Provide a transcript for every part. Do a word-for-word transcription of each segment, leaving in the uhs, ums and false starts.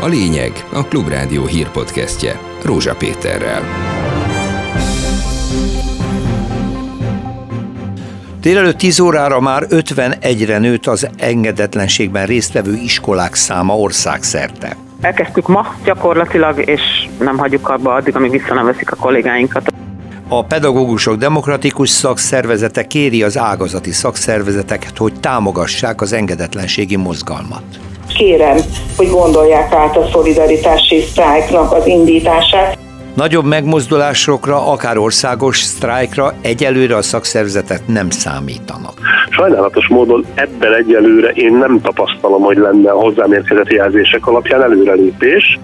A lényeg a Klubrádió hírpodcastje Rózsa Péterrel. Délelőtt tíz órára már ötvenegyre nőtt az engedetlenségben résztvevő iskolák száma országszerte. Elkezdtük ma gyakorlatilag, és nem hagyjuk abba addig, amíg vissza nem veszik a kollégáinkat. A Pedagógusok Demokratikus Szakszervezete kéri az ágazati szakszervezeteket, hogy támogassák az engedetlenségi mozgalmat. Kérem, hogy gondolják át a szolidaritási sztrájknak az indítását. Nagyobb megmozdulásokra, akár országos sztrájkra egyelőre a szakszervezetek nem számítanak. Sajnálatos módon ebben egyelőre én nem tapasztalom, hogy lenne a hozzám érkezett jelzések alapján előrelépés.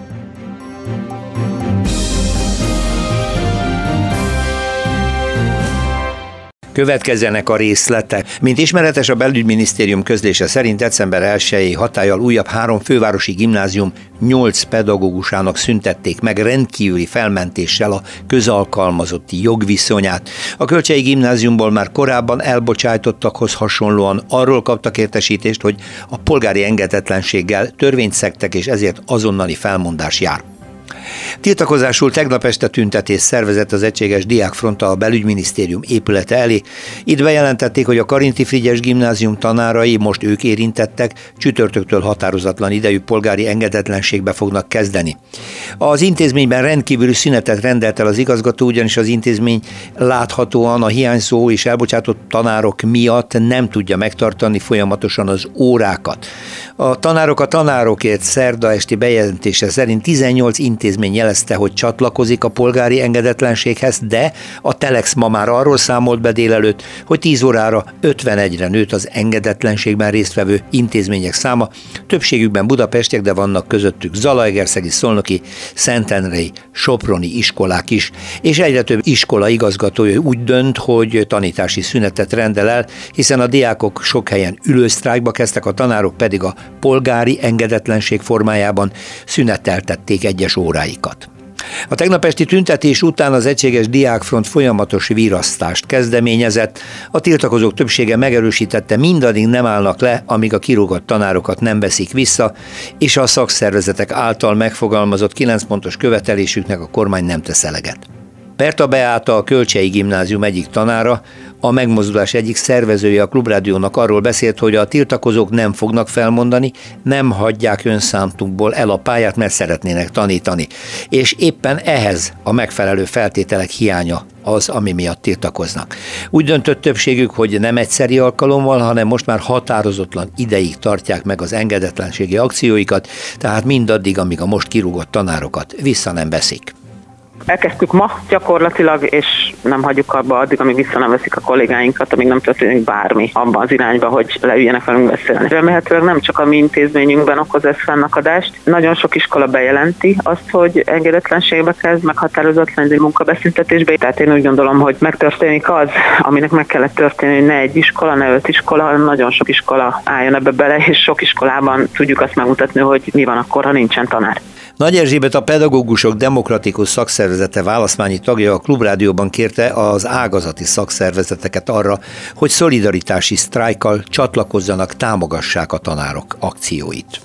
Következzenek a részletek. Mint ismeretes, a Belügyminisztérium közlése szerint december elsejéig hatállyal újabb három fővárosi gimnázium nyolc pedagógusának szüntették meg rendkívüli felmentéssel a közalkalmazotti jogviszonyát. A Kölcsei Gimnáziumból már korábban elbocsájtottakhoz hasonlóan arról kaptak értesítést, hogy a polgári engedetlenséggel törvényt szegtek, és ezért azonnali felmondás jár. Tiltakozásul tegnap este tüntetés szervezett az Egységes Diákfront a Belügyminisztérium épülete elé. Itt bejelentették, hogy a Karinti Frigyes Gimnázium tanárai, most ők érintettek, csütörtöktől határozatlan idejű polgári engedetlenségbe fognak kezdeni. Az intézményben rendkívüli szünetet rendelt el az igazgató, ugyanis az intézmény láthatóan a hiányzó és elbocsátott tanárok miatt nem tudja megtartani folyamatosan az órákat. A tanárok a tanárokért szerda esti bejelentése szerint tizennyolc intézmény jelezte, hogy csatlakozik a polgári engedetlenséghez, de a Telex ma már arról számolt be délelőtt, hogy tíz órára ötvenegyre nőtt az engedetlenségben résztvevő intézmények száma, többségükben budapestiek, de vannak közöttük zalaegerszegi, szolnoki, szentendrei, soproni iskolák is, és egyre több iskola igazgatója úgy dönt, hogy tanítási szünetet rendel el, hiszen a diákok sok helyen ülősztrájkba kezdtek, a tanárok pedig a polgári engedetlenség formájában szüneteltették egyes óráikat. A tegnap esti tüntetés után az Egységes Diákfront folyamatos virasztást kezdeményezett. A tiltakozók többsége megerősítette, mindaddig nem állnak le, amíg a kirúgott tanárokat nem veszik vissza, és a szakszervezetek által megfogalmazott kilenc pontos követelésüknek a kormány nem tesz eleget. Berta Beáta, a Kölcsei Gimnázium egyik tanára, a megmozdulás egyik szervezője a Klubrádiónak arról beszélt, hogy a tiltakozók nem fognak felmondani, nem hagyják önszántukból el a pályát, mert szeretnének tanítani. És éppen ehhez a megfelelő feltételek hiánya az, ami miatt tiltakoznak. Úgy döntött többségük, hogy nem egyszeri alkalommal, hanem most már határozatlan ideig tartják meg az engedetlenségi akcióikat, tehát mindaddig, amíg a most kirúgott tanárokat vissza nem veszik. Elkezdtük ma gyakorlatilag, és nem hagyjuk abba addig, amíg vissza nem veszik a kollégáinkat, amíg nem történik bármi abban az irányba, hogy leüljenek velünk beszélni. Remélhetőleg nem csak a mi intézményünkben okoz ez fennakadást. Nagyon sok iskola bejelenti azt, hogy engedetlenségbe kezd, meg határozatlan munkabeszüntetésbe. Tehát én úgy gondolom, hogy megtörténik az, aminek meg kellett történni, hogy ne egy iskola, ne öt iskola, hanem nagyon sok iskola álljon ebbe bele, és sok iskolában tudjuk azt megmutatni, hogy mi van akkor, ha nincsen tanár. Nagy Erzsébet, a Pedagógusok Demokratikus Szakszervezete választmányi tagja a Klubrádióban kérte az ágazati szakszervezeteket arra, hogy szolidaritási sztrájkkal csatlakozzanak, támogassák a tanárok akcióit.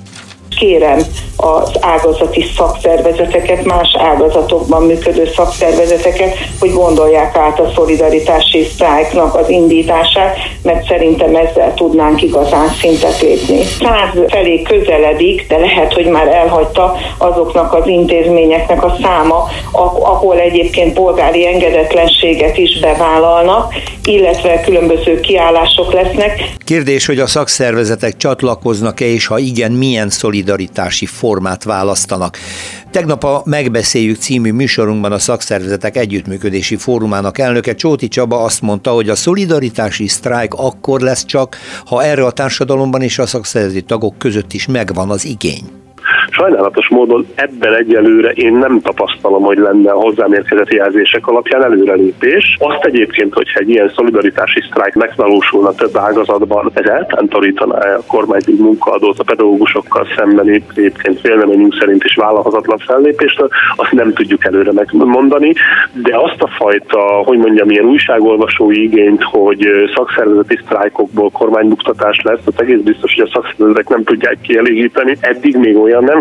Kérem az ágazati szakszervezeteket, más ágazatokban működő szakszervezeteket, hogy gondolják át a szolidaritási sztrájknak az indítását, mert szerintem ezzel tudnánk igazán szintet lépni. Száz felé közeledik, de lehet, hogy már elhagyta azoknak az intézményeknek a száma, ahol egyébként polgári engedetlenséget is bevállalnak, illetve különböző kiállások lesznek. Kérdés, hogy a szakszervezetek csatlakoznak-e, és ha igen, milyen szolidaritási formát választanak. Tegnap a Megbeszéljük című műsorunkban a Szakszervezetek Együttműködési Fórumának elnöke, Csóti Csaba azt mondta, hogy a szolidaritási sztrájk akkor lesz csak, ha erre a társadalomban és a szakszervezeti tagok között is megvan az igény. Sajnálatos módon ebben egyelőre én nem tapasztalom, hogy lenne a hozzám érkezett jelzések alapján előrelépés. Azt egyébként, hogyha egy ilyen szolidaritási sztrájk megvalósulna több ágazatban, ez eltántorítaná a kormányzati munkaadót a pedagógusokkal szembeni, egyébként véleményünk szerint is vállalhatatlan fellépéstől, azt nem tudjuk előre megmondani, de azt a fajta, hogy mondjam, ilyen újságolvasói igényt, hogy szakszervezeti sztrájkokból kormánybuktatás lesz, az egész biztos, hogy a szakszervezetek nem tudják kielégíteni. Eddig még olyan nem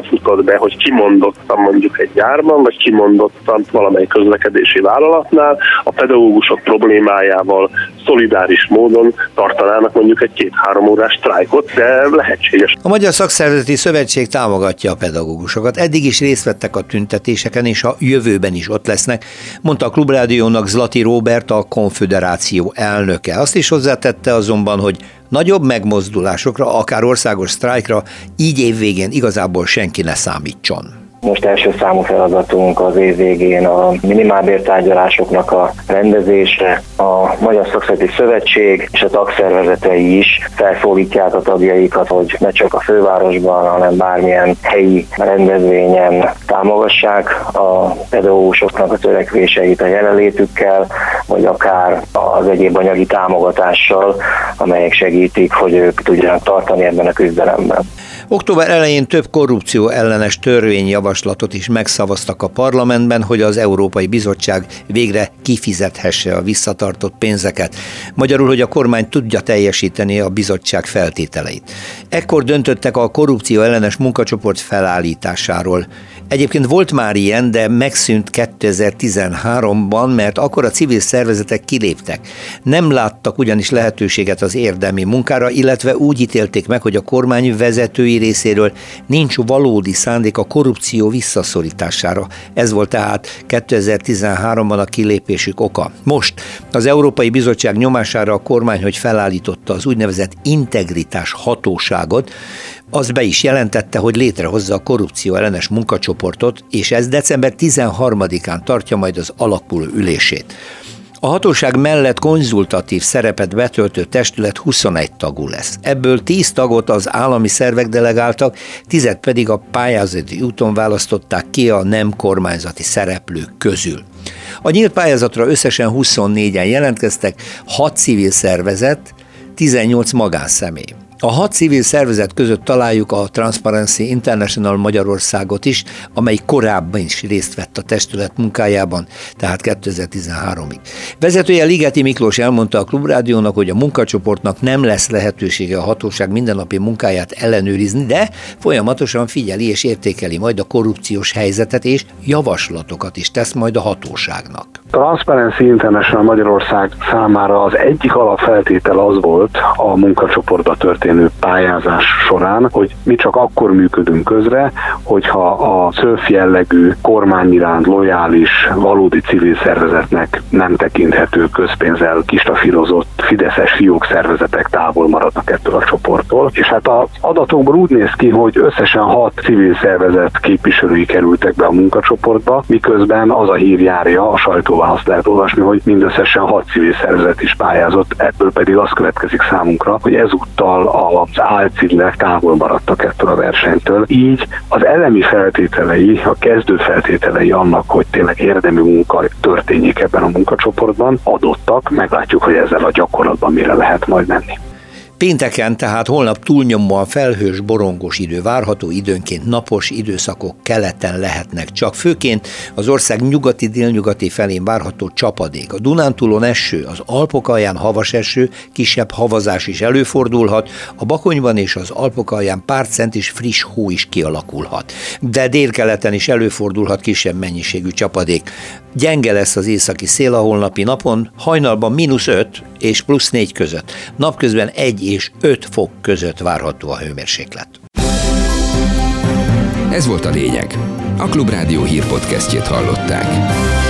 futott be, hogy kimondottan mondjuk egy gyárban, vagy kimondottan valamely közlekedési vállalatnál a pedagógusok problémájával szolidáris módon tartanának mondjuk egy két-három órás sztrájkot, de lehetséges. A Magyar Szakszervezeti Szövetség támogatja a pedagógusokat. Eddig is részt vettek a tüntetéseken, és a jövőben is ott lesznek, mondta a Klubrádiónak Zlati Róbert, a konföderáció elnöke. Azt is hozzátette azonban, hogy nagyobb megmozdulásokra, akár országos sztrájkra így évvégén igazából senki ne számítson. Most első számú feladatunk az év végén a minimálbértárgyalásoknak a rendezése. A Magyar Szakszervezeti Szövetség és a tagszervezetei is felszólítják a tagjaikat, hogy ne csak a fővárosban, hanem bármilyen helyi rendezvényen támogassák a pedagógusoknak a törekvéseit a jelenlétükkel, vagy akár az egyéb anyagi támogatással, amelyek segítik, hogy ők tudjanak tartani ebben a küzdelemben. Október elején több korrupció ellenes törvényjavaslatot is megszavaztak a parlamentben, hogy az Európai Bizottság végre kifizethesse a visszatartott pénzeket. Magyarul, hogy a kormány tudja teljesíteni a bizottság feltételeit. Ekkor döntöttek a korrupció ellenes munkacsoport felállításáról. Egyébként volt már ilyen, de megszűnt kétezer-tizenháromban, mert akkor a civil szervezetek kiléptek. Nem láttak ugyanis lehetőséget az érdemi munkára, illetve úgy ítélték meg, hogy a kormány vezetői részéről nincs valódi szándék a korrupció visszaszorítására. Ez volt tehát kétezer-tizenháromban a kilépésük oka. Most az Európai Bizottság nyomására a kormány, hogy felállította az úgynevezett integritás hatóságot, az be is jelentette, hogy létrehozza a korrupció ellenes munkacsoportot, és ez december tizenharmadikán tartja majd az alakuló ülését. A hatóság mellett konzultatív szerepet betöltő testület huszonegy tagú lesz. Ebből tíz tagot az állami szervek delegáltak, tízet pedig a pályázati úton választották ki a nem kormányzati szereplők közül. A nyílt pályázatra összesen huszonnégyen jelentkeztek, hat civil szervezet, tizennyolc magánszemély. A hat civil szervezet között találjuk a Transparency International Magyarországot is, amely korábban is részt vett a testület munkájában, tehát kétezer-tizenháromig. Vezetője Ligeti Miklós elmondta a Klubrádiónak, hogy a munkacsoportnak nem lesz lehetősége a hatóság mindennapi munkáját ellenőrizni, de folyamatosan figyeli és értékeli majd a korrupciós helyzetet, és javaslatokat is tesz majd a hatóságnak. Transparency International Magyarország számára az egyik alapfeltétel az volt a munkacsoportba történő pályázás során, hogy mi csak akkor működünk közre, hogyha a szörf jellegű, kormány iránt lojális, valódi civil szervezetnek nem tekinthető közpénzzel kistafírozott fideszes fiók szervezetek távol maradnak ettől a csoporttól. És hát az adatokból úgy néz ki, hogy összesen hat civil szervezet képviselői kerültek be a munkacsoportba, miközben az a hír járja, a sajtóban azt lehet olvasni, hogy mindösszesen hat civil szervezet is pályázott, ebből pedig az következik számunkra, hogy ezúttal az álcivillek távol maradtak ettől a versenytől. Így az elemi feltételei, a kezdő feltételei annak, hogy tényleg érdemi munka történjék ebben a munkacsoportban, adottak, meglátjuk, hogy ezzel a gyakorlatban mire lehet majd menni. Pénteken, tehát holnap túlnyomóan felhős, borongos idő várható, időnként napos időszakok keleten lehetnek, csak főként az ország nyugati-délnyugati felén várható csapadék. A Dunántúlon eső, az Alpok alján havas eső, kisebb havazás is előfordulhat, a Bakonyban és az Alpok alján pár centis friss hó is kialakulhat. De délkeleten is előfordulhat kisebb mennyiségű csapadék. Gyenge lesz az északi szél a holnapi napon, hajnalban mínusz öt és plusz négy között. Napközben egy és öt fok között várható a hőmérséklet. Ez volt a lényeg. A Klubrádió hírpodcastjét hallották.